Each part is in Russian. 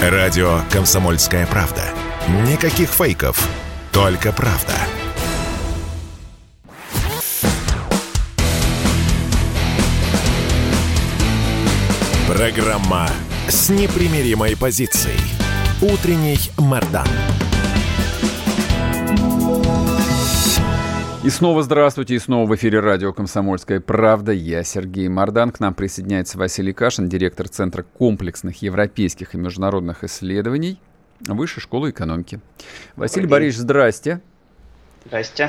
Радио «Комсомольская правда». Никаких фейков, только правда. Программа с непримиримой позицией. Утренний Мардан. И снова здравствуйте, и снова в эфире радио «Комсомольская правда». Я Сергей Мардан. К нам присоединяется Василий Кашин, директор Центра комплексных европейских и международных исследований Высшей школы экономики. Василий Борисович, здрасте. Здрасте.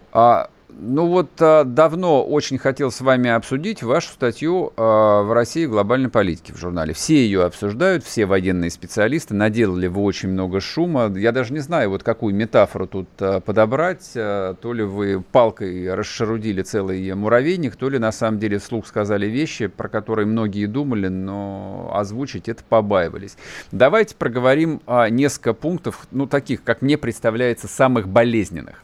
Давно очень хотел с вами обсудить вашу статью в России глобальной политики в журнале. Все ее обсуждают, все военные специалисты. Наделали вы очень много шума. Я даже не знаю, какую метафору тут подобрать. То ли вы палкой расшарудили целый муравейник, то ли на самом деле вслух сказали вещи, про которые многие думали, но озвучить это побаивались. Давайте проговорим несколько пунктов, таких, как мне представляется, самых болезненных.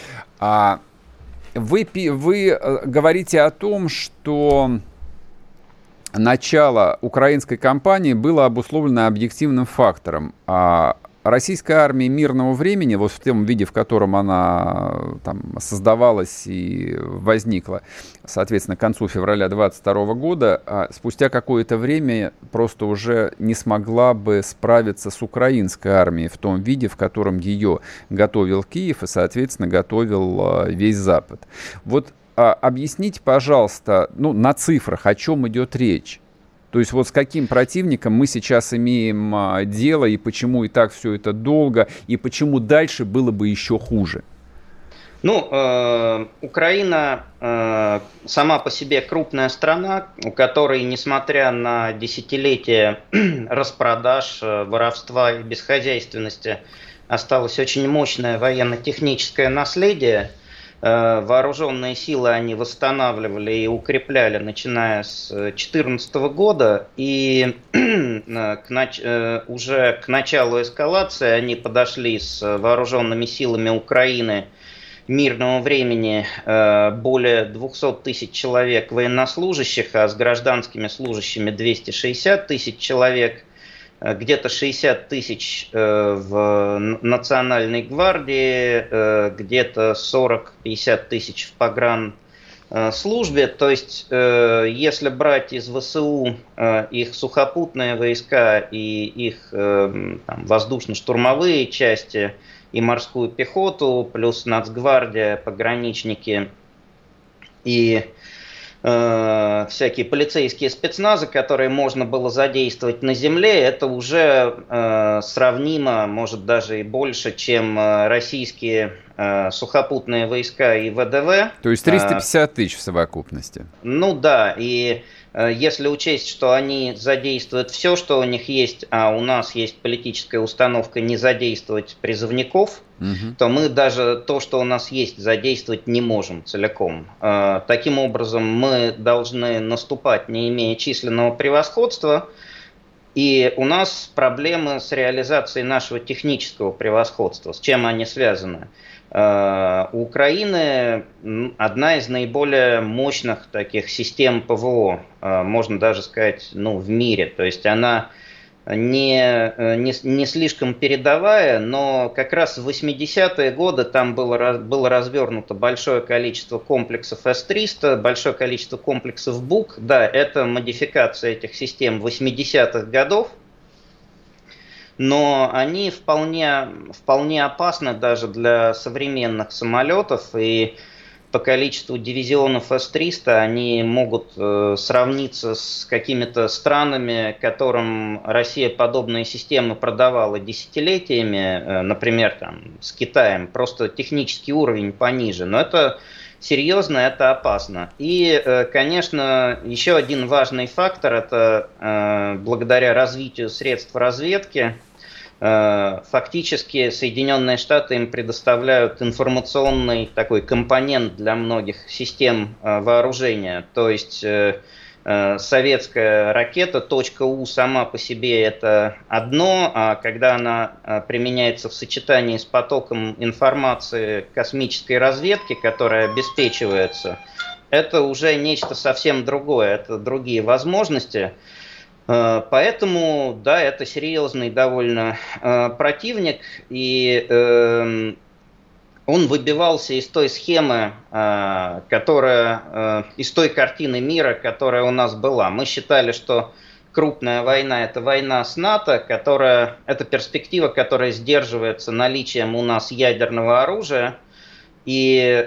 Вы говорите о том, что начало украинской кампании было обусловлено объективным фактором. Российская армия мирного времени, в том виде, в котором она создавалась и возникла, соответственно, к концу февраля 2022 года, спустя какое-то время просто уже не смогла бы справиться с украинской армией в том виде, в котором ее готовил Киев и, соответственно, готовил весь Запад. Объясните, пожалуйста, на цифрах, о чем идет речь. То есть с каким противником мы сейчас имеем дело, и почему и так все это долго, и почему дальше было бы еще хуже? Украина сама по себе крупная страна, у которой, несмотря на десятилетия распродаж, воровства и бесхозяйственности, осталось очень мощное военно-техническое наследие. Вооруженные силы они восстанавливали и укрепляли, начиная с 2014 года, и уже к началу эскалации они подошли с вооруженными силами Украины мирного времени более 200 тысяч человек военнослужащих, а с гражданскими служащими 260 тысяч человек, где-то 60 тысяч в Национальной гвардии, где-то 40-50 тысяч в погранслужбе. То есть, если брать из ВСУ их сухопутные войска и их воздушно-штурмовые части и морскую пехоту, плюс Нацгвардия, пограничники и всякие полицейские спецназы, которые можно было задействовать на земле, это уже сравнимо, может даже и больше, чем российские сухопутные войска и ВДВ. То есть 350 тысяч в совокупности. И если учесть, что они задействуют все, что у них есть, а у нас есть политическая установка не задействовать призывников, то мы даже то, что у нас есть, задействовать не можем целиком. Таким образом, мы должны наступать, не имея численного превосходства, и у нас проблемы с реализацией нашего технического превосходства. С чем они связаны? У Украины одна из наиболее мощных таких систем ПВО, можно даже сказать, в мире. То есть она не слишком передовая, но как раз в 80-е годы там было развернуто большое количество комплексов С-300, большое количество комплексов БУК. Да, это модификация этих систем 80-х годов. Но они вполне опасны даже для современных самолетов, и по количеству дивизионов С-300 они могут сравниться с какими-то странами, которым Россия подобные системы продавала десятилетиями, например, с Китаем, просто технический уровень пониже. Но это серьезно, это опасно. И, конечно, еще один важный фактор – это благодаря развитию средств разведки, фактически Соединенные Штаты им предоставляют информационный такой компонент для многих систем вооружения. То есть советская ракета .У сама по себе это одно, а когда она применяется в сочетании с потоком информации космической разведки, которая обеспечивается, это уже нечто совсем другое, это другие возможности. Поэтому, да, это серьезный довольно противник, и он выбивался из той схемы, из той картины мира, которая у нас была. Мы считали, что крупная война – это война с НАТО, это перспектива, которая сдерживается наличием у нас ядерного оружия. И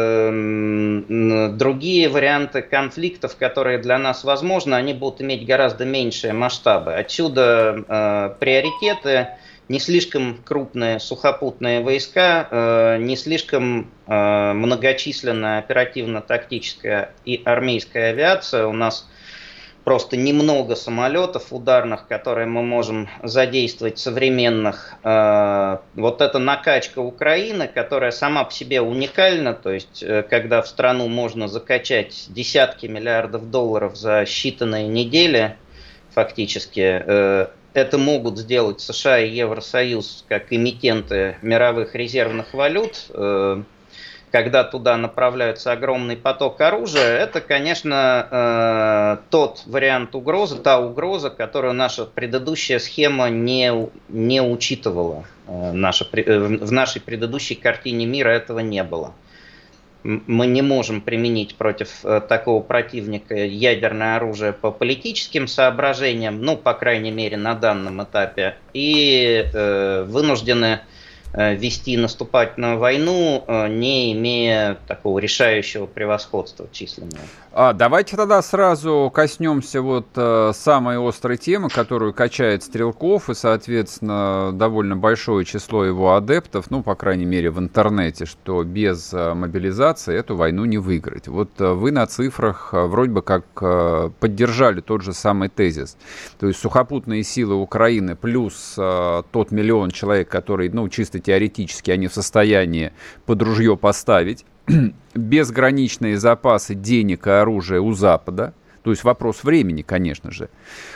другие варианты конфликтов, которые для нас возможны, они будут иметь гораздо меньшие масштабы. Отсюда приоритеты: не слишком крупные сухопутные войска, не слишком многочисленная оперативно-тактическая и армейская авиация. У нас просто немного самолетов ударных, которые мы можем задействовать, современных. Вот эта накачка Украины, которая сама по себе уникальна, то есть когда в страну можно закачать десятки миллиардов долларов за считанные недели, фактически, это могут сделать США и Евросоюз как эмитенты мировых резервных валют. Когда туда направляется огромный поток оружия, это, конечно, тот вариант угрозы, та угроза, которую наша предыдущая схема не учитывала. В нашей предыдущей картине мира этого не было. Мы не можем применить против такого противника ядерное оружие по политическим соображениям, ну, по крайней мере, на данном этапе, и вынуждены вести наступательную войну, не имея такого решающего превосходства численного. Давайте тогда сразу коснемся вот самой острой темы, которую качает Стрелков и, соответственно, довольно большое число его адептов, ну, по крайней мере, в интернете, что без мобилизации эту войну не выиграть. Вот вы на цифрах вроде бы как поддержали тот же самый тезис. То есть сухопутные силы Украины плюс тот миллион человек, который, ну, чисто теоретически они в состоянии под ружье поставить, безграничные запасы денег и оружия у Запада, то есть вопрос времени, конечно же.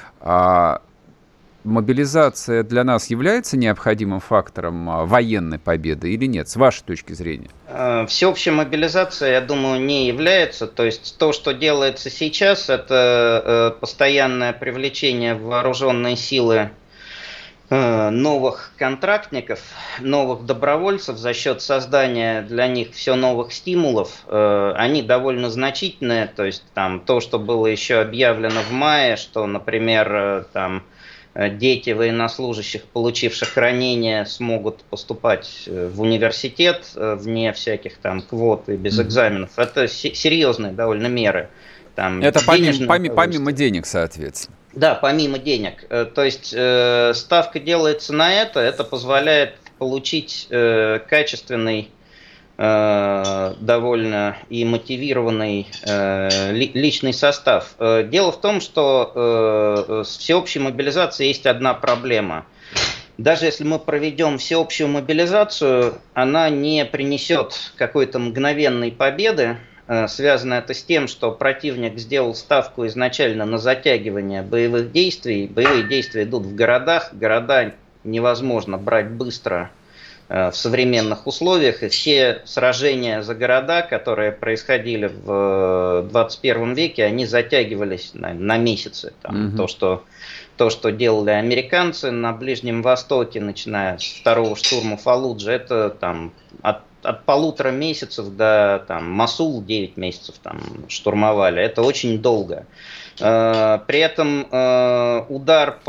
Мобилизация для нас является необходимым фактором военной победы или нет, с вашей точки зрения? Всеобщая мобилизация, я думаю, не является. То есть то, что делается сейчас, это постоянное привлечение в вооруженные силы новых контрактников, новых добровольцев за счет создания для них все новых стимулов. Они довольно значительные, то есть там то, что было еще объявлено в мае, что, например, там дети военнослужащих, получивших ранения, смогут поступать в университет вне всяких там квот и без экзаменов. Это серьезные довольно меры. Там, это помимо денег, соответственно. Да, помимо денег. То есть ставка делается на это позволяет получить качественный, довольно и мотивированный личный состав. Дело в том, что с всеобщей мобилизацией есть одна проблема. Даже если мы проведем всеобщую мобилизацию, она не принесет какой-то мгновенной победы. Связано это с тем, что противник сделал ставку изначально на затягивание боевых действий. Боевые действия идут в городах. Города невозможно брать быстро в современных условиях. И все сражения за города, которые происходили в 21 веке, они затягивались на месяцы. Там, то, что делали американцы на Ближнем Востоке, начиная с второго штурма Фаллуджи, это там от 1,5 месяцев до там, Мосул 9 месяцев там, штурмовали. Это очень долго. При этом удар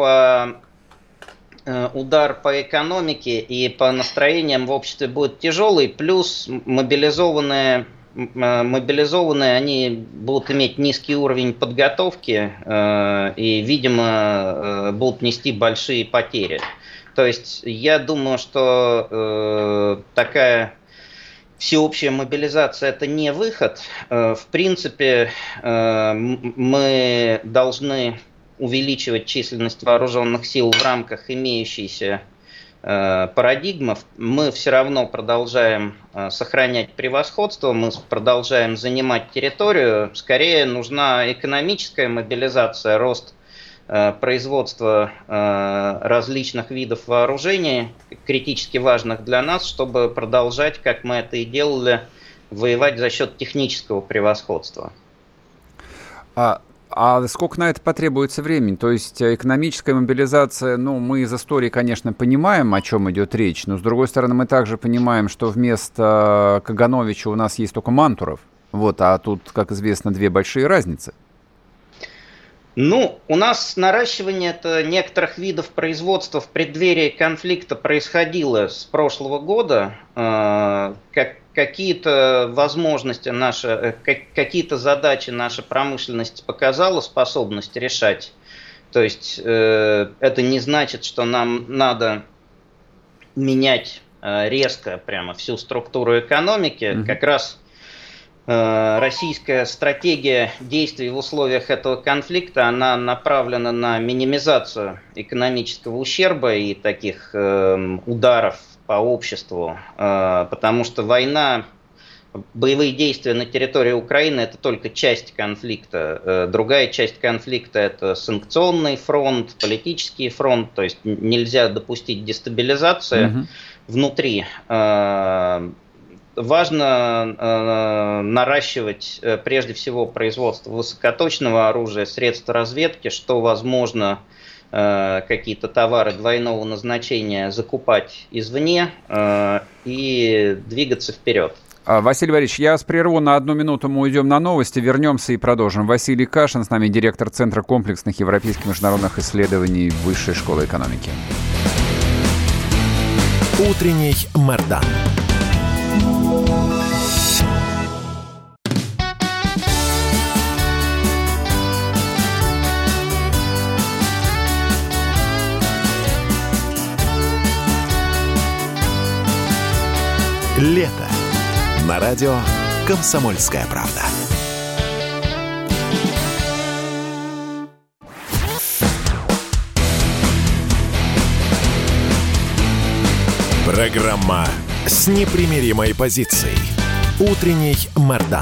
по экономике и по настроениям в обществе будет тяжелый, плюс мобилизованные они будут иметь низкий уровень подготовки и, видимо, будут нести большие потери. То есть я думаю, что такая всеобщая мобилизация – это не выход. В принципе, мы должны увеличивать численность вооруженных сил в рамках имеющейся парадигмы. Мы все равно продолжаем сохранять превосходство, мы продолжаем занимать территорию. Скорее нужна экономическая мобилизация, рост производства различных видов вооружений, критически важных для нас, чтобы продолжать, как мы это и делали, воевать за счет технического превосходства. А сколько на это потребуется времени? То есть экономическая мобилизация, мы из истории, конечно, понимаем, о чем идет речь, но, с другой стороны, мы также понимаем, что вместо Кагановича у нас есть только Мантуров, а тут, как известно, две большие разницы. У нас наращивание некоторых видов производства в преддверии конфликта происходило с прошлого года. Какие-то возможности какие-то задачи наша промышленность показала способность решать. То есть это не значит, что нам надо менять резко прямо всю структуру экономики. Как раз российская стратегия действий в условиях этого конфликта, она направлена на минимизацию экономического ущерба и таких ударов по обществу, потому что война, боевые действия на территории Украины – это только часть конфликта. Другая часть конфликта – это санкционный фронт, политический фронт, то есть нельзя допустить дестабилизации внутри. Важно наращивать прежде всего производство высокоточного оружия, средств разведки, что возможно какие-то товары двойного назначения закупать извне и двигаться вперед. Василий Борисович, я вас прерву на 1 минуту, мы уйдем на новости, вернемся и продолжим. Василий Кашин, с нами директор Центра комплексных европейских международных исследований Высшей школы экономики. Утренний Мардан. Лето. На радио «Комсомольская правда». Программа с непримиримой позицией. Утренний Мардан.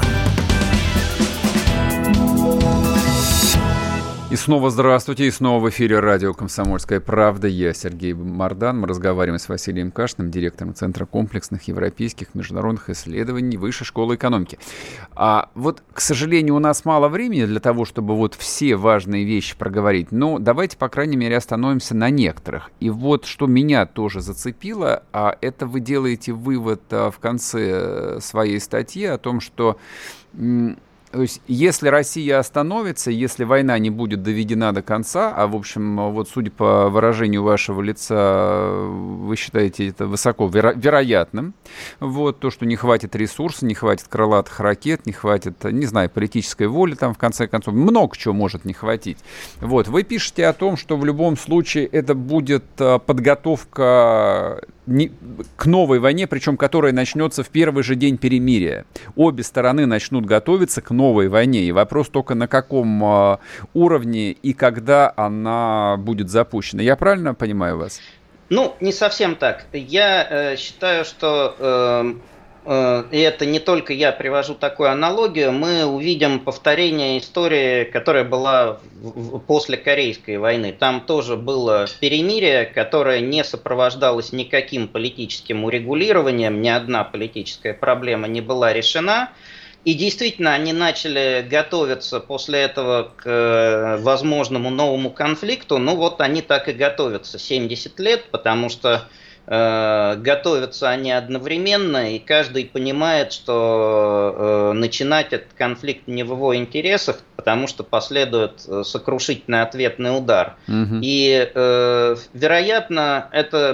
И снова здравствуйте, и снова в эфире радио «Комсомольская правда». Я Сергей Мардан. Мы разговариваем с Василием Кашиным, директором Центра комплексных европейских международных исследований Высшей школы экономики. К сожалению, у нас мало времени для того, чтобы все важные вещи проговорить. Но давайте, по крайней мере, остановимся на некоторых. И что меня тоже зацепило, это вы делаете вывод в конце своей статьи о том, что... То есть, если Россия остановится, если война не будет доведена до конца, в общем, судя по выражению вашего лица, вы считаете это высоко вероятным, то, что не хватит ресурсов, не хватит крылатых ракет, не хватит, политической воли, в конце концов, много чего может не хватить. Вы пишете о том, что в любом случае это будет подготовка к новой войне, причем которая начнется в первый же день перемирия. Обе стороны начнут готовиться к новой войне. И вопрос только на каком уровне и когда она будет запущена. Я правильно понимаю вас? Не совсем так. Я считаю, что... И это не только я привожу такую аналогию, мы увидим повторение истории, которая была после Корейской войны. Там тоже было перемирие, которое не сопровождалось никаким политическим урегулированием, ни одна политическая проблема не была решена. И действительно, они начали готовиться после этого к возможному новому конфликту. Они так и готовятся 70 лет, потому что готовятся они одновременно, и каждый понимает, что начинать этот конфликт не в его интересах, потому что последует сокрушительный ответный удар. И, вероятно,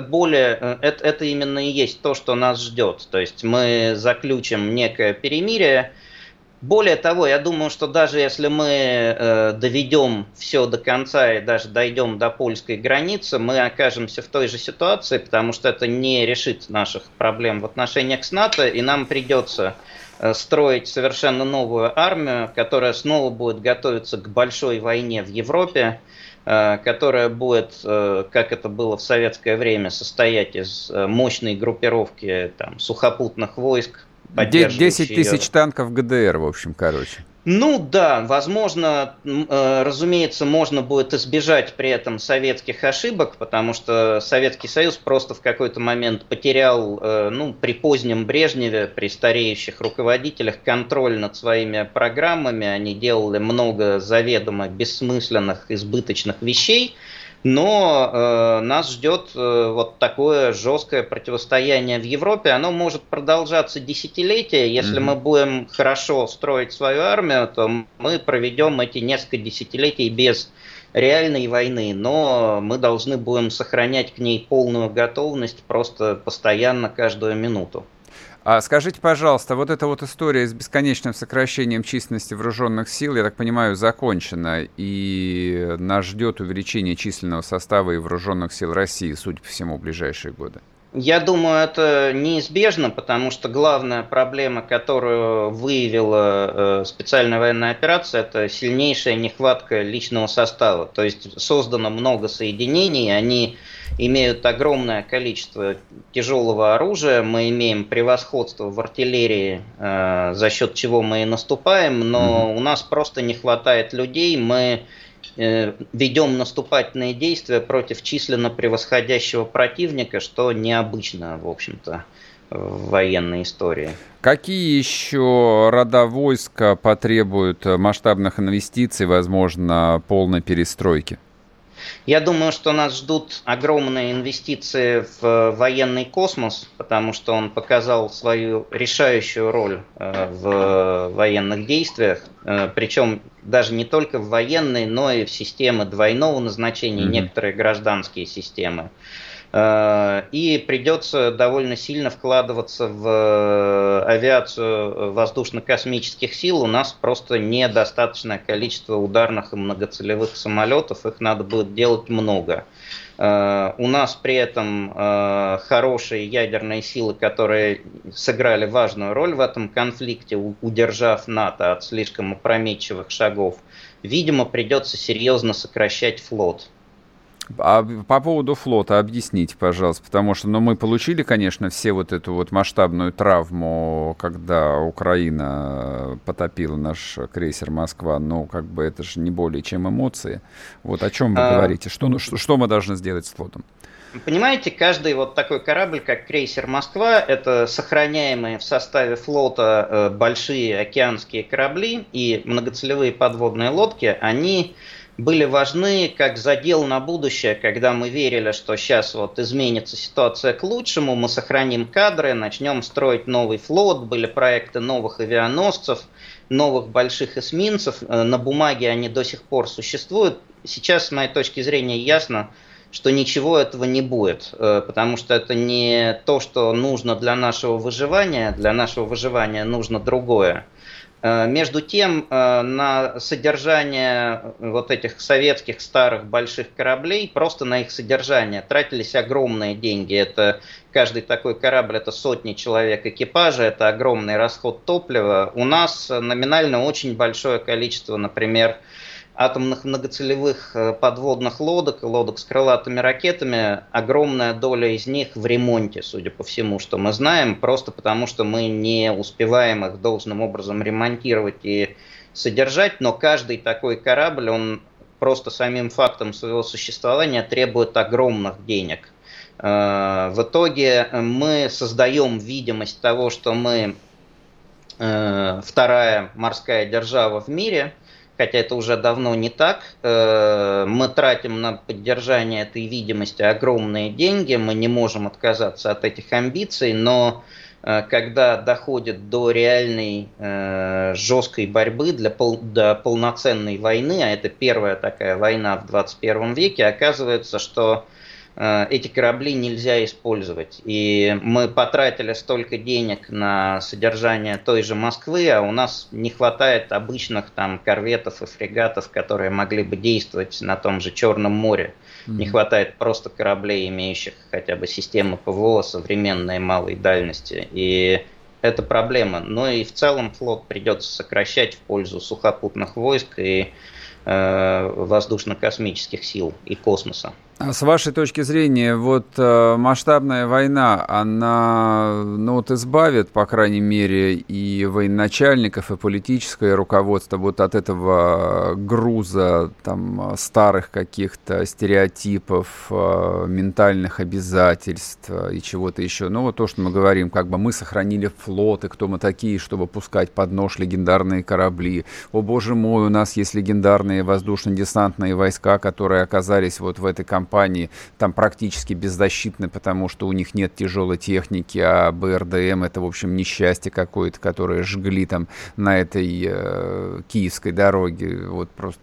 это именно и есть то, что нас ждет. То есть мы заключим некое перемирие. Более того, я думаю, что даже если мы доведем все до конца и даже дойдем до польской границы, мы окажемся в той же ситуации, потому что это не решит наших проблем в отношениях с НАТО, и нам придется строить совершенно новую армию, которая снова будет готовиться к большой войне в Европе, которая будет, как это было в советское время, состоять из мощной группировки сухопутных войск. 10 тысяч танков ГДР, в общем, короче. Ну да, возможно, разумеется, можно будет избежать при этом советских ошибок, потому что Советский Союз просто в какой-то момент потерял, при позднем Брежневе, при стареющих руководителях, контроль над своими программами. Они делали много заведомо бессмысленных, избыточных вещей. Но нас ждет вот такое жесткое противостояние в Европе. Оно может продолжаться десятилетия. Если мы будем хорошо строить свою армию, то мы проведем эти несколько десятилетий без реальной войны. Но мы должны будем сохранять к ней полную готовность просто постоянно, каждую минуту. А скажите, пожалуйста, вот эта вот история с бесконечным сокращением численности вооруженных сил, я так понимаю, закончена, и нас ждет увеличение численного состава и вооруженных сил России, судя по всему, в ближайшие годы? Я думаю, это неизбежно, потому что главная проблема, которую выявила специальная военная операция, это сильнейшая нехватка личного состава. То есть создано много соединений, они имеют огромное количество тяжелого оружия, мы имеем превосходство в артиллерии, за счет чего мы и наступаем, но у нас просто не хватает людей, мы ведем наступательные действия против численно превосходящего противника, что необычно, в общем-то, в военной истории. Какие еще рода войска потребуют масштабных инвестиций, возможно, полной перестройки? Я думаю, что нас ждут огромные инвестиции в военный космос, потому что он показал свою решающую роль в военных действиях, причем даже не только в военной, но и в системы двойного назначения, некоторые гражданские системы. И придется довольно сильно вкладываться в авиацию воздушно-космических сил. У нас просто недостаточное количество ударных и многоцелевых самолетов, их надо будет делать много. У нас при этом хорошие ядерные силы, которые сыграли важную роль в этом конфликте, удержав НАТО от слишком опрометчивых шагов. Видимо, придется серьезно сокращать флот. А по поводу флота объясните, пожалуйста, потому что мы получили, конечно, все вот эту вот масштабную травму, когда Украина потопила наш крейсер «Москва», но как бы это же не более чем эмоции. Вот о чем вы говорите? Что мы должны сделать с флотом? Понимаете, каждый вот такой корабль, как крейсер «Москва», это сохраняемые в составе флота большие океанские корабли и многоцелевые подводные лодки, они были важны как задел на будущее, когда мы верили, что сейчас вот изменится ситуация к лучшему, мы сохраним кадры, начнем строить новый флот, были проекты новых авианосцев, новых больших эсминцев, на бумаге они до сих пор существуют. Сейчас, с моей точки зрения, ясно, что ничего этого не будет, потому что это не то, что нужно для нашего выживания нужно другое. Между тем, на содержание вот этих советских старых больших кораблей, просто на их содержание тратились огромные деньги. Это каждый такой корабль, это сотни человек экипажа, это огромный расход топлива. У нас номинально очень большое количество, например, атомных многоцелевых подводных лодок, лодок с крылатыми ракетами, огромная доля из них в ремонте, судя по всему, что мы знаем, просто потому что мы не успеваем их должным образом ремонтировать и содержать, но каждый такой корабль, он просто самим фактом своего существования требует огромных денег. В итоге мы создаем видимость того, что мы вторая морская держава в мире, хотя это уже давно не так. Мы тратим на поддержание этой видимости огромные деньги, мы не можем отказаться от этих амбиций, но когда доходит до реальной жесткой борьбы до полноценной войны, а это первая такая война в 21 веке, оказывается, что эти корабли нельзя использовать. И мы потратили столько денег на содержание той же Москвы, а у нас не хватает обычных там корветов и фрегатов, которые могли бы действовать на том же Черном море. Не хватает просто кораблей, имеющих хотя бы системы ПВО современной малой дальности. И это проблема. Но и в целом флот придется сокращать в пользу сухопутных войск и воздушно-космических сил и космоса. А с вашей точки зрения, вот масштабная война, она, избавит, по крайней мере, и военачальников, и политическое руководство вот от этого груза там старых каких-то стереотипов, ментальных обязательств и чего-то еще. Вот то, что мы говорим, как бы мы сохранили флот, и кто мы такие, чтобы пускать под нож легендарные корабли. О, боже мой, у нас есть легендарные воздушно-десантные войска, которые оказались вот в этой кампании, там практически беззащитны, потому что у них нет тяжелой техники, а БРДМ это, в общем, несчастье какое-то, которое жгли там на этой киевской дороге. Вот просто,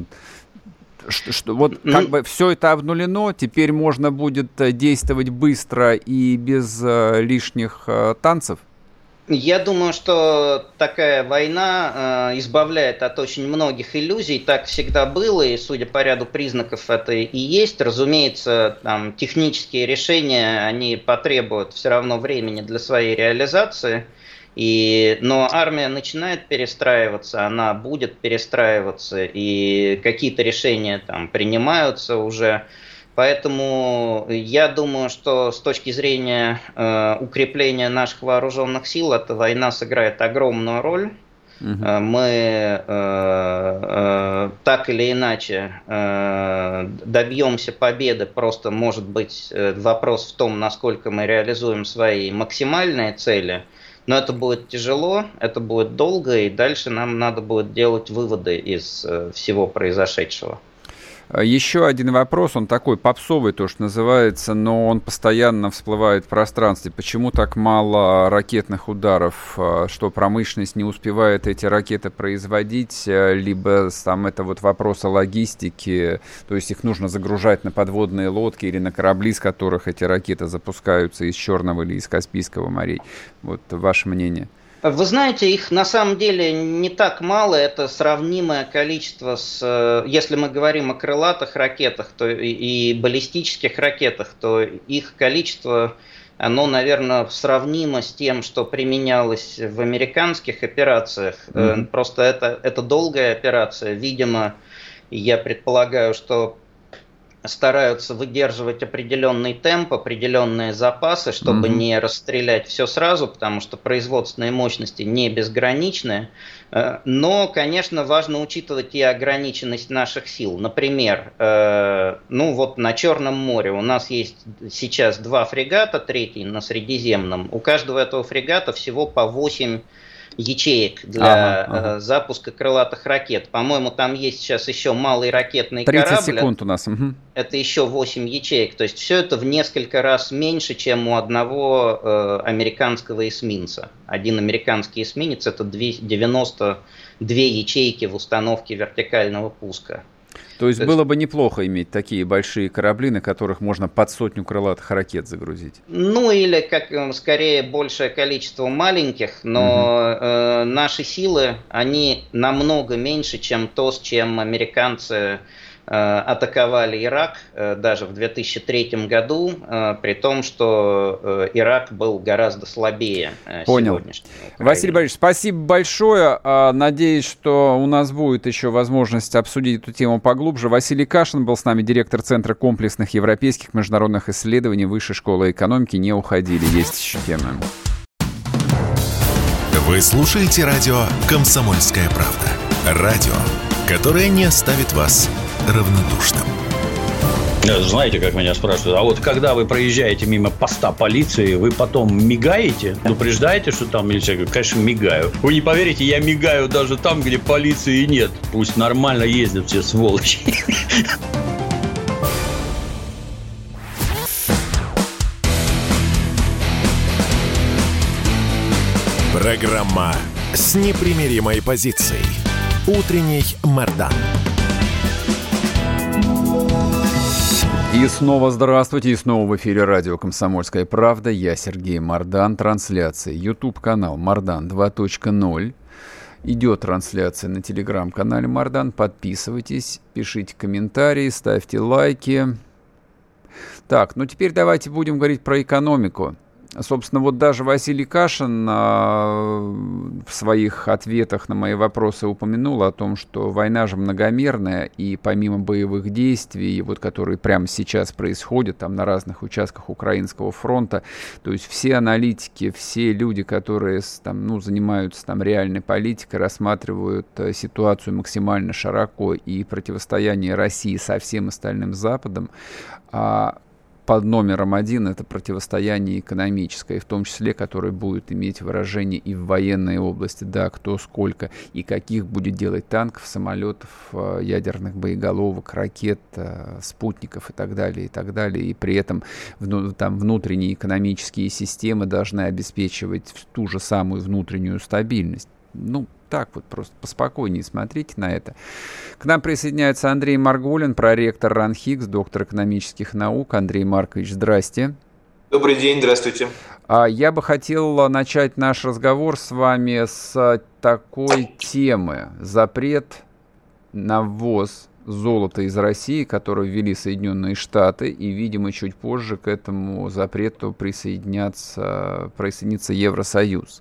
как бы все это обнулено, теперь можно будет действовать быстро и без лишних танцев? Я думаю, что такая война избавляет от очень многих иллюзий. Так всегда было, и, судя по ряду признаков, это и есть. Разумеется, там, технические решения, они потребуют все равно времени для своей реализации. Но армия начинает перестраиваться, она будет перестраиваться, и какие-то решения там принимаются уже. Поэтому я думаю, что с точки зрения укрепления наших вооруженных сил эта война сыграет огромную роль. Мы так или иначе добьемся победы. Просто может быть вопрос в том, насколько мы реализуем свои максимальные цели. Но это будет тяжело, это будет долго, и дальше нам надо будет делать выводы из всего произошедшего. Еще один вопрос, он такой попсовый, то, что называется, но он постоянно всплывает в пространстве. Почему так мало ракетных ударов? Что промышленность не успевает эти ракеты производить? Либо сам это вот вопрос о логистике, то есть их нужно загружать на подводные лодки или на корабли, с которых эти ракеты запускаются из Черного или из Каспийского морей. Вот ваше мнение. Вы знаете, их на самом деле не так мало, это сравнимое количество с, если мы говорим о крылатых ракетах и баллистических ракетах, то их количество, оно, наверное, сравнимо с тем, что применялось в американских операциях. Просто это долгая операция, видимо, я предполагаю, что стараются выдерживать определенный темп, определенные запасы, чтобы не расстрелять все сразу, потому что производственные мощности не безграничны. Но, конечно, важно учитывать и ограниченность наших сил. Например, на Черном море у нас есть сейчас 2 фрегата, 3-й на Средиземном. У каждого этого фрегата всего по 8 ячеек для запуска крылатых ракет. По-моему, там есть сейчас еще малый ракетный 30 корабль. 30 секунд у нас. Это еще 8 ячеек. То есть все это в несколько раз меньше, чем у одного американского эсминца. Один американский эсминец – это 92 ячейки в установке вертикального пуска. То есть было бы неплохо иметь такие большие корабли, на которых можно под 100 крылатых ракет загрузить. Или скорее большее количество маленьких, но наши силы, они намного меньше, чем то, с чем американцы атаковали Ирак даже в 2003 году, при том, что Ирак был гораздо слабее сегодняшнего. Василий Борисович, спасибо большое. Надеюсь, что у нас будет еще возможность обсудить эту тему поглубже. Василий Кашин был с нами, директор Центра комплексных европейских международных исследований Высшей школы экономики. Не уходили, есть еще темы. Вы слушаете радио «Комсомольская правда». Радио, которое не оставит вас равнодушным. Знаете, как меня спрашивают, а вот когда вы проезжаете мимо поста полиции, вы потом мигаете? Предупреждаете, что там милиция? Я говорю, конечно, мигаю. Вы не поверите, я мигаю даже там, где полиции нет. Пусть нормально ездят все сволочи. Программа с непримиримой позицией. Утренний Мардан. И снова здравствуйте, и снова в эфире радио «Комсомольская правда». Я Сергей Мардан. Трансляция. YouTube-канал Мардан 2.0. Идет трансляция на телеграм-канале Мардан. Подписывайтесь, пишите комментарии, ставьте лайки. Так, теперь давайте будем говорить про экономику. Собственно, вот даже Василий Кашин в своих ответах на мои вопросы упомянул о том, что война же многомерная, и помимо боевых действий, вот, которые прямо сейчас происходят там на разных участках Украинского фронта, то есть все аналитики, все люди, которые там, занимаются там реальной политикой, рассматривают ситуацию максимально широко, и противостояние России со всем остальным Западом, под номером один это противостояние экономическое, в том числе, которое будет иметь выражение и в военной области, да, кто сколько и каких будет делать танков, самолетов, ядерных боеголовок, ракет, спутников и так далее, и так далее. И при этом там внутренние экономические системы должны обеспечивать ту же самую внутреннюю стабильность. Так вот, просто поспокойнее смотрите на это. К нам присоединяется Андрей Марголин, проректор РАН-ХИКС, доктор экономических наук. Андрей Маркович, здрасте. Добрый день, здравствуйте. Я бы хотел начать наш разговор с вами с такой темы. Запрет на ввоз золота из России, который ввели Соединенные Штаты, и, видимо, чуть позже к этому запрету присоединится Евросоюз.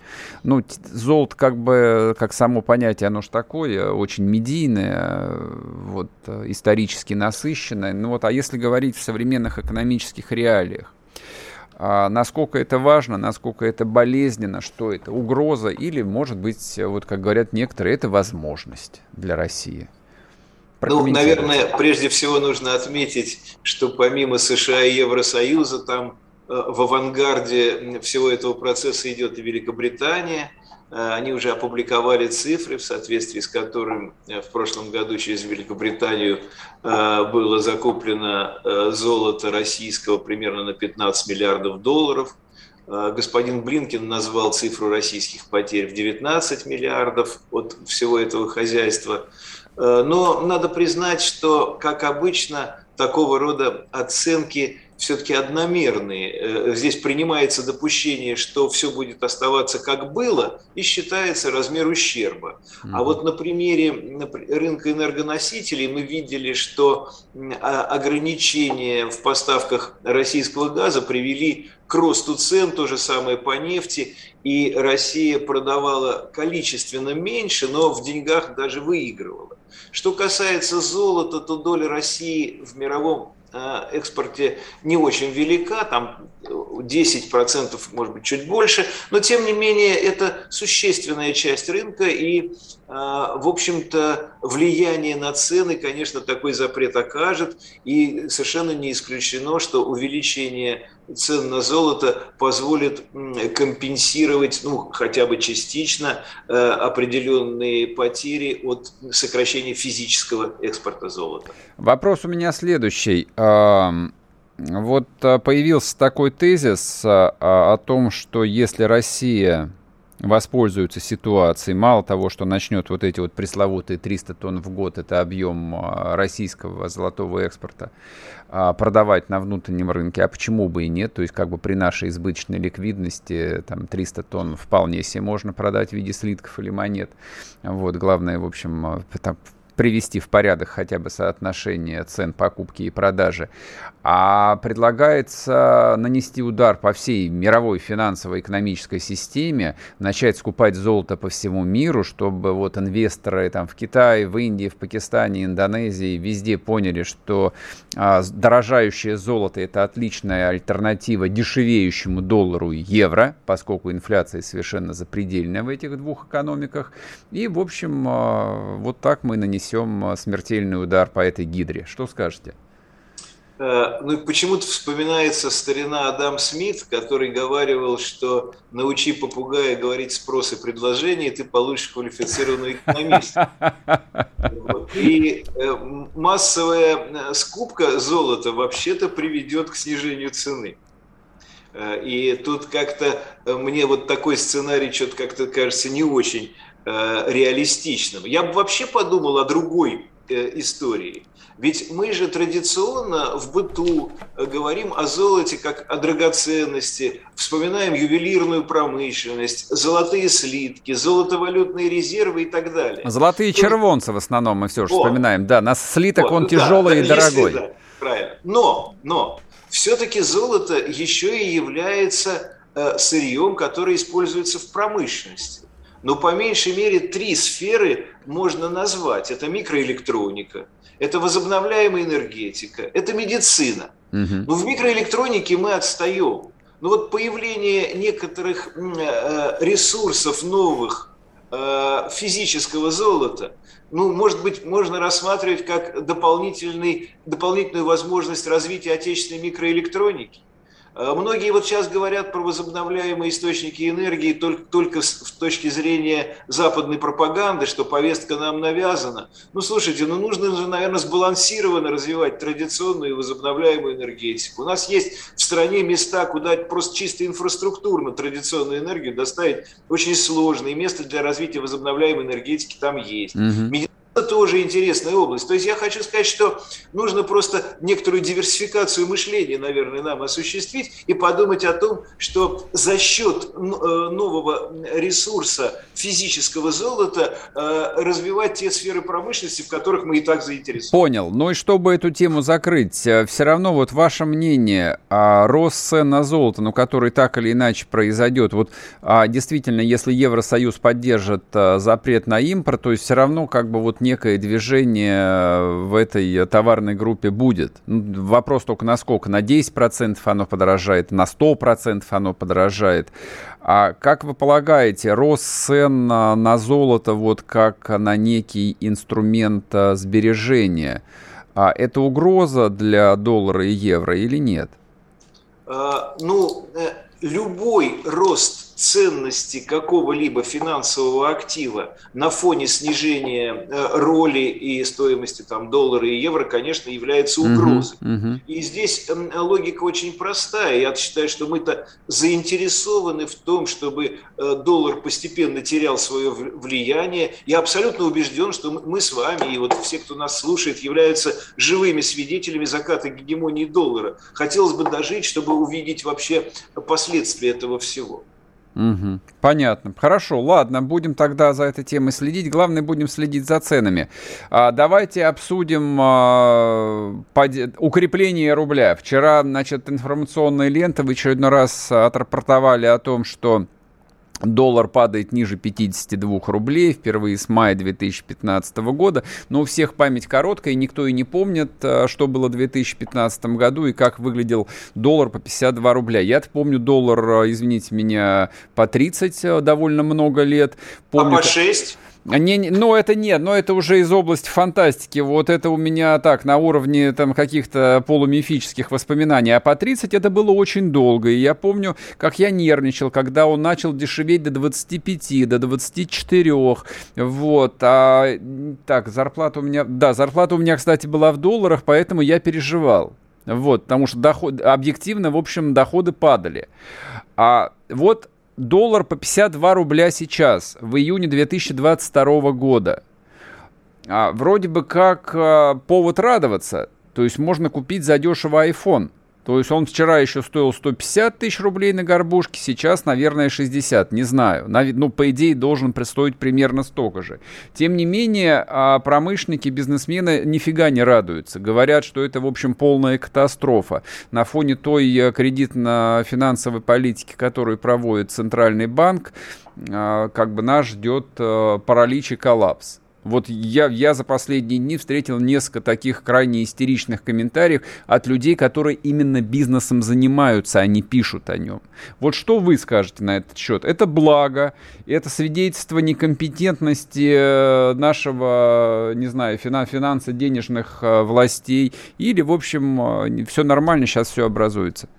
Золото, как само понятие, оно же такое, очень медийное, исторически насыщенное. А если говорить в современных экономических реалиях, насколько это важно, насколько это болезненно, что это, угроза или, может быть, как говорят некоторые, это возможность для России? Наверное, прежде всего нужно отметить, что помимо США и Евросоюза, там в авангарде всего этого процесса идет и Великобритания. Они уже опубликовали цифры, в соответствии с которыми в прошлом году через Великобританию было закуплено золото российского примерно на 15 миллиардов долларов. Господин Блинкен назвал цифру российских потерь в 19 миллиардов от всего этого хозяйства. Но надо признать, что, как обычно, такого рода оценки все-таки одномерные. Здесь принимается допущение, что все будет оставаться как было, и считается размер ущерба. А вот на примере рынка энергоносителей мы видели, что ограничения в поставках российского газа привели к росту цен, то же самое по нефти, и Россия продавала количественно меньше, но в деньгах даже выигрывала. Что касается золота, то доля России в мировом экспорте не очень велика, там 10%, может быть, чуть больше, но тем не менее это существенная часть рынка, и, в общем-то, влияние на цены, конечно, такой запрет окажет, и совершенно не исключено, что увеличение цен на золото позволит компенсировать, хотя бы частично, определенные потери от сокращения физического экспорта золота. Вопрос у меня следующий. Появился такой тезис о том, что если Россия воспользуется ситуацией, мало того, что начнет эти пресловутые 300 тонн в год, это объем российского золотого экспорта, продавать на внутреннем рынке, а почему бы и нет, то есть при нашей избыточной ликвидности 300 тонн вполне себе можно продать в виде слитков или монет. Главное, в общем, привести в порядок хотя бы соотношение цен покупки и продажи, а предлагается нанести удар по всей мировой финансово-экономической системе, начать скупать золото по всему миру, чтобы инвесторы в Китае, в Индии, в Пакистане, Индонезии везде поняли, что дорожающее золото – это отличная альтернатива дешевеющему доллару и евро, поскольку инфляция совершенно запредельная в этих двух экономиках. И, в общем, так мы нанесем смертельный удар по этой гидре. Что скажете? Почему-то вспоминается старина Адам Смит, который говаривал, что научи попугая говорить спрос и предложение, и ты получишь квалифицированного экономиста. И массовая скупка золота вообще-то приведет к снижению цены. И тут как-то мне такой сценарий что-то как-то кажется не очень реалистичным. Я бы вообще подумал о другой истории. Ведь мы же традиционно в быту говорим о золоте как о драгоценности, вспоминаем ювелирную промышленность, золотые слитки, золотовалютные резервы и так далее. Золотые червонцы в основном мы все же вспоминаем. Да, нас слиток, он тяжелый и дорогой. Да, правильно. Но все-таки золото еще и является сырьем, которое используется в промышленности. Но по меньшей мере 3 сферы можно назвать. Это микроэлектроника, это возобновляемая энергетика, это медицина. Но в микроэлектронике мы отстаем. Но вот появление некоторых ресурсов новых физического золота, может быть, можно рассматривать как дополнительную возможность развития отечественной микроэлектроники. Многие вот сейчас говорят про возобновляемые источники энергии только с точки зрения западной пропаганды, что повестка нам навязана. Слушайте, нужно же, наверное, сбалансированно развивать традиционную и возобновляемую энергетику. У нас есть в стране места, куда просто чисто инфраструктурно традиционную энергию доставить очень сложно, и место для развития возобновляемой энергетики там есть. Это тоже интересная область. То есть я хочу сказать, что нужно просто некоторую диверсификацию мышления, наверное, нам осуществить и подумать о том, что за счет нового ресурса физического золота развивать те сферы промышленности, в которых мы и так заинтересованы. Понял. Ну и чтобы эту тему закрыть, все равно вот ваше мнение о рост цен на золото, который так или иначе произойдет, действительно, если Евросоюз поддержит запрет на импорт, то есть все равно некое движение в этой товарной группе будет. Вопрос только на сколько? На 10% оно подорожает, на 100% оно подорожает. А как вы полагаете, рост цен на золото как на некий инструмент сбережения, это угроза для доллара и евро или нет? Любой рост ценности какого-либо финансового актива на фоне снижения роли и стоимости доллара и евро, конечно, является угрозой. И здесь логика очень простая. Я считаю, что мы-то заинтересованы в том, чтобы доллар постепенно терял свое влияние. Я абсолютно убежден, что мы с вами и все, кто нас слушает, являются живыми свидетелями заката гегемонии доллара. Хотелось бы дожить, чтобы увидеть вообще последствия этого всего. Понятно. Хорошо, ладно, будем тогда за этой темой следить. Главное, будем следить за ценами. Давайте обсудим укрепление рубля. Вчера, информационные ленты в очередной раз отрапортовали о том, что доллар падает ниже 52 рублей впервые с мая 2015 года. Но у всех память короткая, и никто и не помнит, что было в 2015 году и как выглядел доллар по 52 рубля. Я-то помню доллар, извините меня, по 30 довольно много лет. Помню, по 6? Это уже из области фантастики. Это у меня так, на уровне каких-то полумифических воспоминаний. А по 30 это было очень долго. И я помню, как я нервничал, когда он начал дешеветь до 25, до 24. Зарплата у меня, кстати, была в долларах, поэтому я переживал. Потому что объективно, в общем, доходы падали. Доллар по 52 рубля сейчас, в июне 2022 года. Вроде бы как повод радоваться. То есть можно купить задешево iPhone. То есть он вчера еще стоил 150 тысяч рублей на горбушке, сейчас, наверное, 60, не знаю. По идее, должен стоить примерно столько же. Тем не менее, промышленники, бизнесмены нифига не радуются. Говорят, что это, в общем, полная катастрофа. На фоне той кредитно-финансовой политики, которую проводит Центральный банк, нас ждет паралич и коллапс. Я за последние дни встретил несколько таких крайне истеричных комментариев от людей, которые именно бизнесом занимаются, а не пишут о нем. Что вы скажете на этот счет? Это благо, это свидетельство некомпетентности нашего, финансово-денежных властей, или, в общем, все нормально, сейчас все образуется?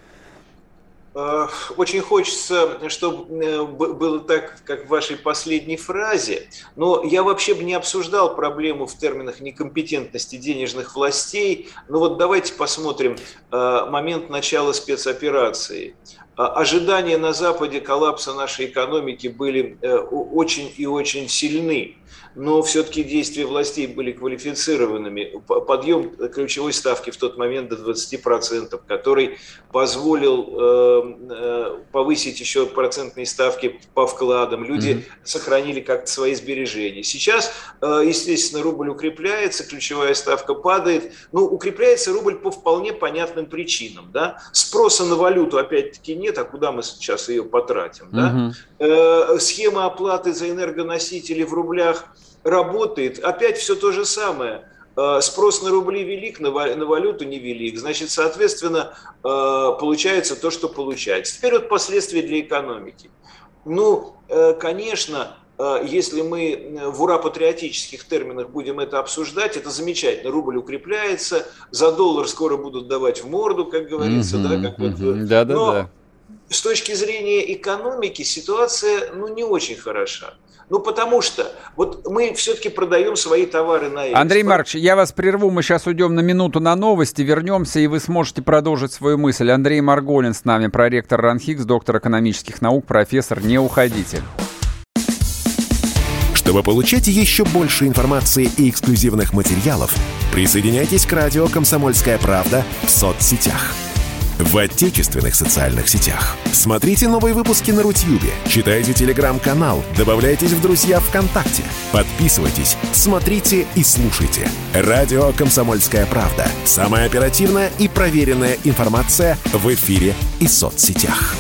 Очень хочется, чтобы было так, как в вашей последней фразе, но я вообще бы не обсуждал проблему в терминах некомпетентности денежных властей. Давайте посмотрим момент начала спецоперации. ожидания на Западе коллапса нашей экономики были очень и очень сильны. Но все-таки действия властей были квалифицированными. Подъем ключевой ставки в тот момент до 20%, который позволил повысить еще процентные ставки по вкладам. Люди сохранили как-то свои сбережения. Сейчас, естественно, рубль укрепляется, ключевая ставка падает. Но укрепляется рубль по вполне понятным причинам. Да? Спроса на валюту опять-таки нет, а куда мы сейчас ее потратим? Да? Схема оплаты за энергоносители в рублях работает. Опять все то же самое. Спрос на рубли велик, на валюту невелик. Значит, соответственно, получается то, что получается. Теперь вот последствия для экономики. Ну, конечно, если мы в ура-патриотических терминах будем это обсуждать, это замечательно. Рубль укрепляется, за доллар скоро будут давать в морду, как говорится. Но с точки зрения экономики ситуация не очень хороша. Потому что вот мы все-таки продаем свои товары на экспорт. Андрей Маркович, я вас прерву, мы сейчас уйдем на минуту на новости, вернемся, и вы сможете продолжить свою мысль. Андрей Марголин с нами, проректор РАНХИКС, доктор экономических наук, профессор. Не уходите. Чтобы получать еще больше информации и эксклюзивных материалов, присоединяйтесь к радио «Комсомольская правда» в соцсетях. В отечественных социальных сетях. Смотрите новые выпуски на Рутьюбе, читайте телеграм-канал, добавляйтесь в друзья ВКонтакте, подписывайтесь, смотрите и слушайте. Радио «Комсомольская правда». Самая оперативная и проверенная информация в эфире и соцсетях.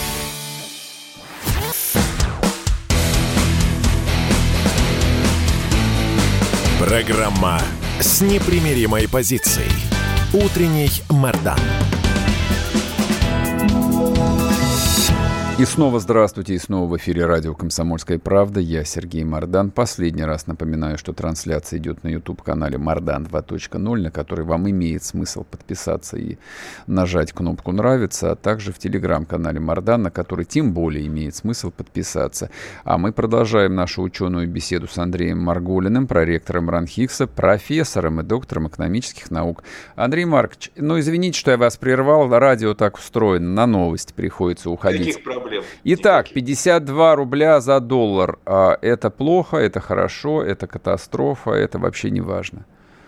Программа с непримиримой позицией. Утренний Мардан. И снова здравствуйте, и снова в эфире радио «Комсомольская правда». Я Сергей Мардан. Последний раз напоминаю, что трансляция идет на YouTube-канале «Мардан 2.0», на который вам имеет смысл подписаться и нажать кнопку «Нравится», а также в Telegram-канале «Мардан», на который тем более имеет смысл подписаться. А мы продолжаем нашу ученую беседу с Андреем Марголиным, проректором РАНХИКСа, профессором и доктором экономических наук. Андрей Маркович, извините, что я вас прервал, радио так устроено, на новости приходится уходить. Каких проблем? Итак, 52 рубля за доллар. Это плохо, это хорошо, это катастрофа, это вообще не важно.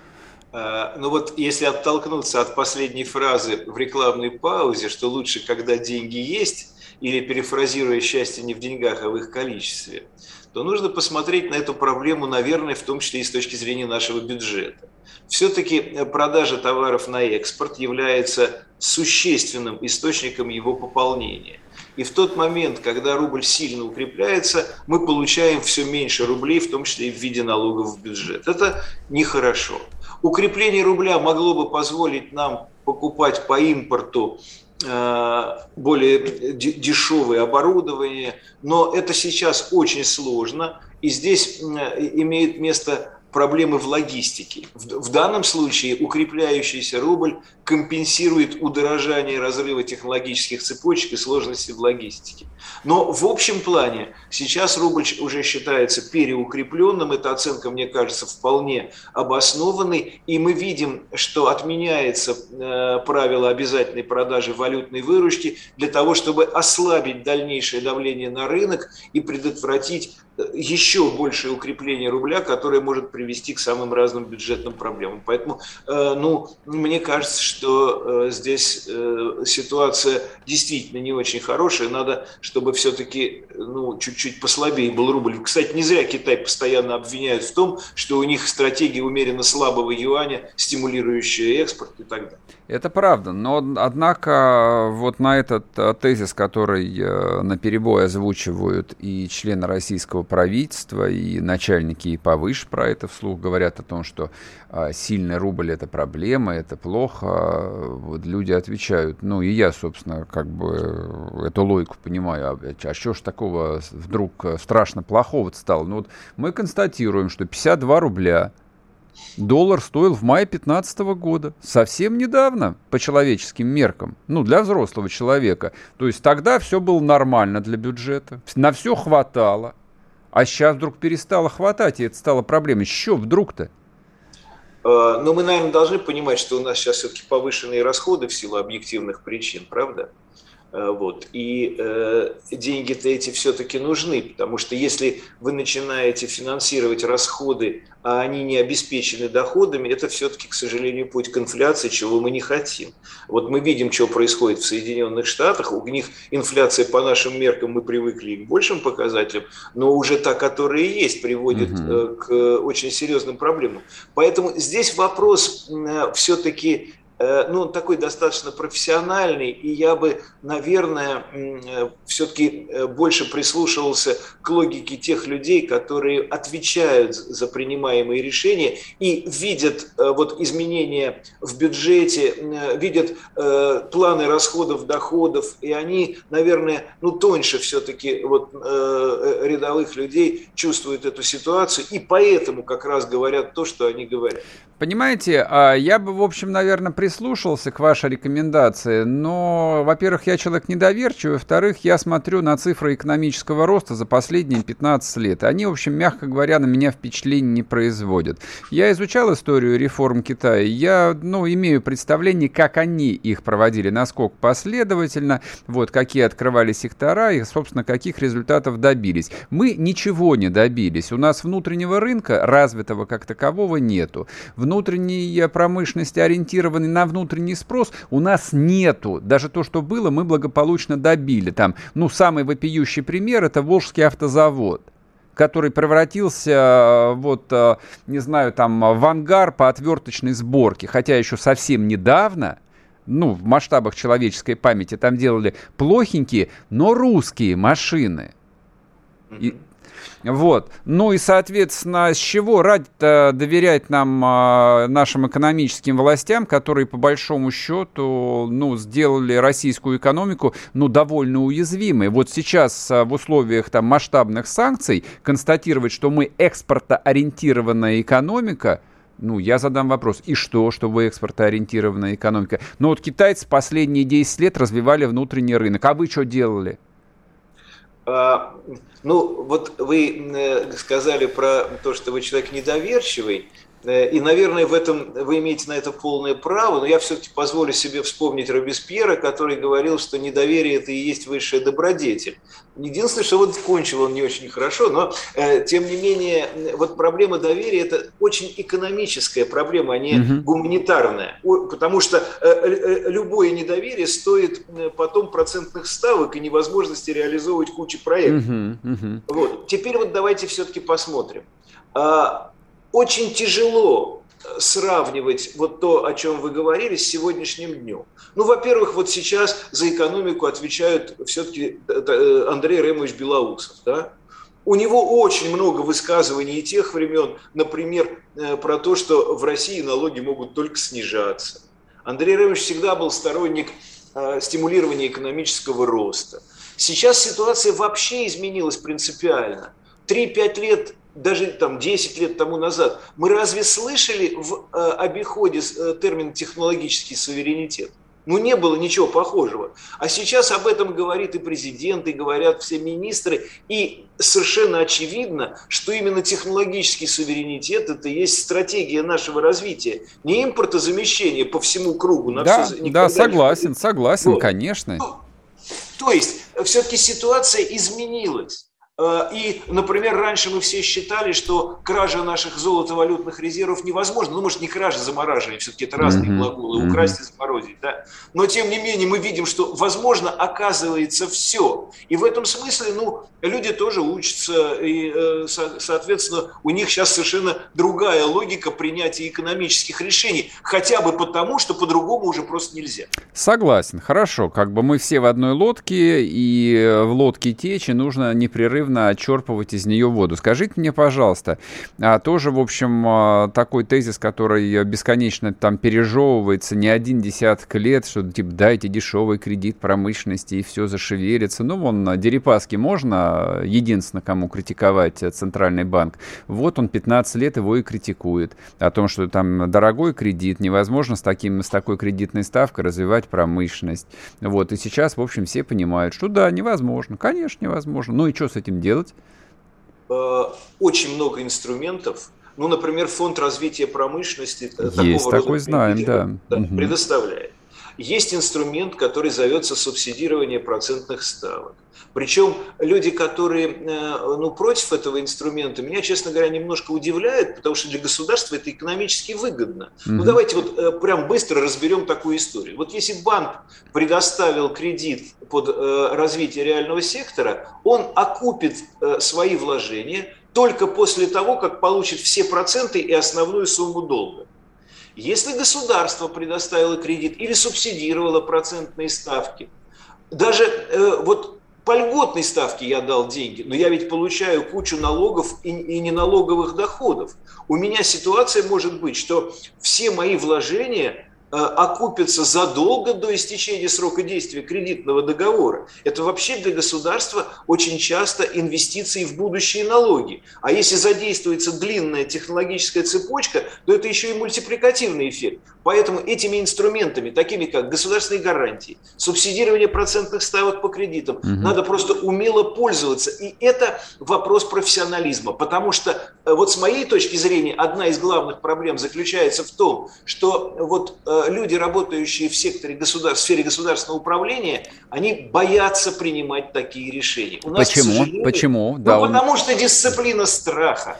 Если оттолкнуться от последней фразы в рекламной паузе, что лучше, когда деньги есть, или перефразируя «счастье не в деньгах, а в их количестве», то нужно посмотреть на эту проблему, наверное, в том числе и с точки зрения нашего бюджета. Все-таки продажа товаров на экспорт является существенным источником его пополнения. И в тот момент, когда рубль сильно укрепляется, мы получаем все меньше рублей, в том числе и в виде налогов в бюджет. Это нехорошо. Укрепление рубля могло бы позволить нам покупать по импорту более дешевое оборудование, но это сейчас очень сложно, и здесь имеет место проблемы в логистике. В данном случае укрепляющийся рубль компенсирует удорожание разрыва технологических цепочек и сложности в логистике. Но в общем плане сейчас рубль уже считается переукрепленным. Эта оценка, мне кажется, вполне обоснованной. И мы видим, что отменяется правило обязательной продажи валютной выручки для того, чтобы ослабить дальнейшее давление на рынок и предотвратить еще большее укрепление рубля, которое может привести к самым разным бюджетным проблемам. Поэтому, мне кажется, что здесь ситуация действительно не очень хорошая. Надо, чтобы все-таки чуть-чуть послабее был рубль. Кстати, не зря Китай постоянно обвиняют в том, что у них стратегия умеренно слабого юаня, стимулирующая экспорт и так далее. Это правда, но, однако, вот на этот тезис, который наперебой озвучивают и члены российского правительства, и начальники и повыше про это вслух говорят о том, что сильный рубль – это проблема, это плохо, вот люди отвечают, и я, собственно, эту логику понимаю, а что ж такого вдруг страшно плохого стало? Мы констатируем, что 52 рубля доллар стоил в мае 2015 года. Совсем недавно, по человеческим меркам. Для взрослого человека. То есть тогда все было нормально для бюджета. На все хватало. А сейчас вдруг перестало хватать, и это стало проблемой. С чего вдруг-то? Но мы, наверное, должны понимать, что у нас сейчас все-таки повышенные расходы в силу объективных причин, правда? Вот. И деньги-то эти все-таки нужны, потому что если вы начинаете финансировать расходы, а они не обеспечены доходами, это все-таки, к сожалению, путь к инфляции, чего мы не хотим. Вот мы видим, что происходит в Соединенных Штатах, у них инфляция по нашим меркам, мы привыкли к большим показателям, но уже та, которая есть, приводит к очень серьезным проблемам. Поэтому здесь вопрос все-таки такой достаточно профессиональный, и я бы, наверное, все-таки больше прислушивался к логике тех людей, которые отвечают за принимаемые решения и видят вот изменения в бюджете, видят планы расходов, доходов, и они, наверное, тоньше все-таки вот рядовых людей чувствуют эту ситуацию, и поэтому как раз говорят то, что они говорят. Понимаете, я бы, в общем, наверное, прислушался к вашей рекомендации, но, во-первых, я человек недоверчивый, во-вторых, я смотрю на цифры экономического роста за последние 15 лет. Они, в общем, мягко говоря, на меня впечатления не производят. Я изучал историю реформ Китая, я, имею представление, как они их проводили, насколько последовательно, вот, какие открывали сектора и, собственно, каких результатов добились. Мы ничего не добились. У нас внутреннего рынка развитого как такового нету. Внутренней промышленности, ориентированной на внутренний спрос, у нас нету. Даже то, что было, мы благополучно добили. Там, самый вопиющий пример – это Волжский автозавод, который превратился, в ангар по отверточной сборке. Хотя еще совсем недавно, в масштабах человеческой памяти, там делали плохенькие, но русские машины. Вот. И, соответственно, с чего ради-то доверять нам, нашим экономическим властям, которые, по большому счету, сделали российскую экономику, довольно уязвимой. Вот сейчас в условиях масштабных санкций констатировать, что мы экспортоориентированная экономика, я задам вопрос, и что вы экспортоориентированная экономика? Вот китайцы последние 10 лет развивали внутренний рынок, а вы что делали? Вот вы сказали про то, что вы человек недоверчивый, и, наверное, в этом вы имеете на это полное право, но я все-таки позволю себе вспомнить Робеспьера, который говорил, что недоверие – это и есть высшая добродетель. Единственное, что кончил он не очень хорошо, но, тем не менее, вот проблема доверия – это очень экономическая проблема, а не гуманитарная, потому что любое недоверие стоит потом процентных ставок и невозможности реализовывать кучу проектов. Вот. Теперь давайте все-таки посмотрим. Очень тяжело сравнивать то, о чем вы говорили, с сегодняшним днем. Во-первых, сейчас за экономику отвечает все-таки Андрей Ремович Белоусов. Да? У него очень много высказываний тех времен, например, про то, что в России налоги могут только снижаться. Андрей Ремович всегда был сторонник стимулирования экономического роста. Сейчас ситуация вообще изменилась принципиально. 3-5 лет, даже 10 лет тому назад, мы разве слышали в обиходе термин «технологический суверенитет»? Не было ничего похожего. А сейчас об этом говорит и президент, и говорят все министры. И совершенно очевидно, что именно технологический суверенитет – это и есть стратегия нашего развития. Не импортозамещение по всему кругу. Согласен, конечно. То есть, все-таки ситуация изменилась. И, например, раньше мы все считали, что кража наших золотовалютных резервов невозможна. Может, не кража, замораживание, все-таки это разные глаголы, украсть и заморозить. Да? Но, тем не менее, мы видим, что возможно оказывается все. И в этом смысле, люди тоже учатся, и, соответственно, у них сейчас совершенно другая логика принятия экономических решений. Хотя бы потому, что по-другому уже просто нельзя. Согласен, хорошо. Мы все в одной лодке, и в лодке течи нужно непрерывно отчерпывать из нее воду. Скажите мне, пожалуйста, тоже, в общем, такой тезис, который бесконечно пережевывается не один десяток лет, что дайте дешевый кредит промышленности, и все зашевелится. Дерипаски можно, единственное, кому критиковать Центральный банк. Он 15 лет его и критикует. О том, что дорогой кредит, невозможно с такой кредитной ставкой развивать промышленность. И сейчас, в общем, все понимают, что да, невозможно. Конечно, невозможно. И что с этим делать? Очень много инструментов. Например, фонд развития промышленности есть такой, знаем, да. Предоставляет. есть инструмент, который зовется субсидирование процентных ставок. Причем люди, которые против этого инструмента, меня, честно говоря, немножко удивляют, потому что для государства это экономически выгодно. Давайте вот прям быстро разберем такую историю. Вот если банк предоставил кредит под развитие реального сектора, он окупит свои вложения только после того, как получит все проценты и основную сумму долга. Если государство предоставило кредит или субсидировало процентные ставки, даже по льготной ставке я дал деньги, но я ведь получаю кучу налогов и неналоговых доходов. У меня ситуация может быть, что все мои вложения окупятся задолго до истечения срока действия кредитного договора. Это вообще для государства очень часто инвестиции в будущие налоги. А если задействуется длинная технологическая цепочка, то это еще и мультипликативный эффект. Поэтому этими инструментами, такими как государственные гарантии, субсидирование процентных ставок по кредитам, надо просто умело пользоваться. И это вопрос профессионализма. Потому что вот с моей точки зрения одна из главных проблем заключается в том, что люди, работающие в сфере государственного управления, они боятся принимать такие решения. У нас, почему? Почему? Потому что дисциплина страха.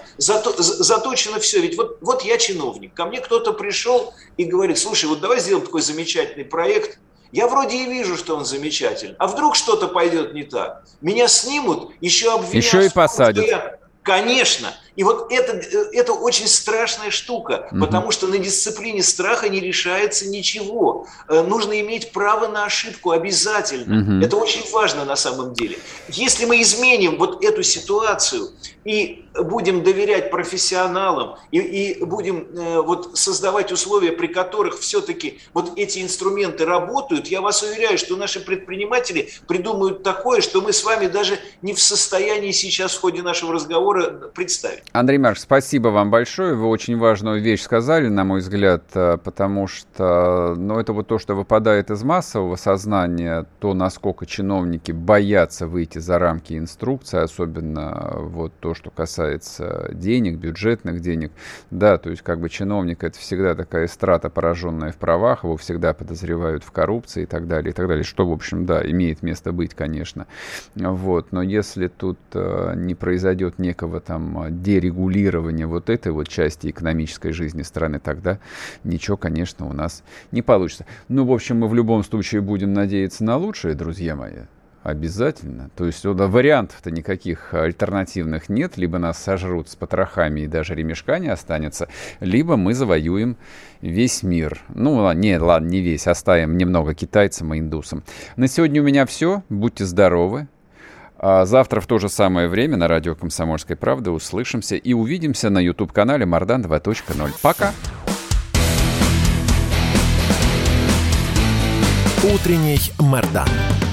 Заточено все. Ведь вот я чиновник. Ко мне кто-то пришел и говорит: слушай, вот давай сделаем такой замечательный проект. Я вроде и вижу, что он замечательный. А вдруг что-то пойдет не так? Меня снимут, еще обвинят. Еще и посадят. Конечно. И вот это очень страшная штука, потому что на дисциплине страха не решается ничего. Нужно иметь право на ошибку обязательно. Это очень важно на самом деле. Если мы изменим вот эту ситуацию и будем доверять профессионалам, и будем создавать условия, при которых все-таки вот эти инструменты работают, я вас уверяю, что наши предприниматели придумают такое, что мы с вами даже не в состоянии сейчас в ходе нашего разговора представить. Андрей Маркович, спасибо вам большое. Вы очень важную вещь сказали, на мой взгляд, потому что это вот то, что выпадает из массового сознания, то, насколько чиновники боятся выйти за рамки инструкции, особенно вот то, что касается денег, бюджетных денег. Да, то есть как бы чиновник — это всегда такая эстрада, пораженная в правах, его всегда подозревают в коррупции и так далее, что, в общем, да, имеет место быть, конечно. Но если тут не произойдет некого там дерегулирования вот этой вот части экономической жизни страны, тогда ничего, конечно, у нас не получится. В общем, мы в любом случае будем надеяться на лучшее, друзья мои. Обязательно. То есть вариантов-то никаких альтернативных нет. Либо нас сожрут с потрохами и даже ремешка не останется, либо мы завоюем весь мир. Не весь, оставим немного китайцам и индусам. На сегодня у меня все. Будьте здоровы. Завтра в то же самое время на радио «Комсомольская правда» услышимся и увидимся на YouTube-канале Мардан 2.0. Пока! Утренний Мардан.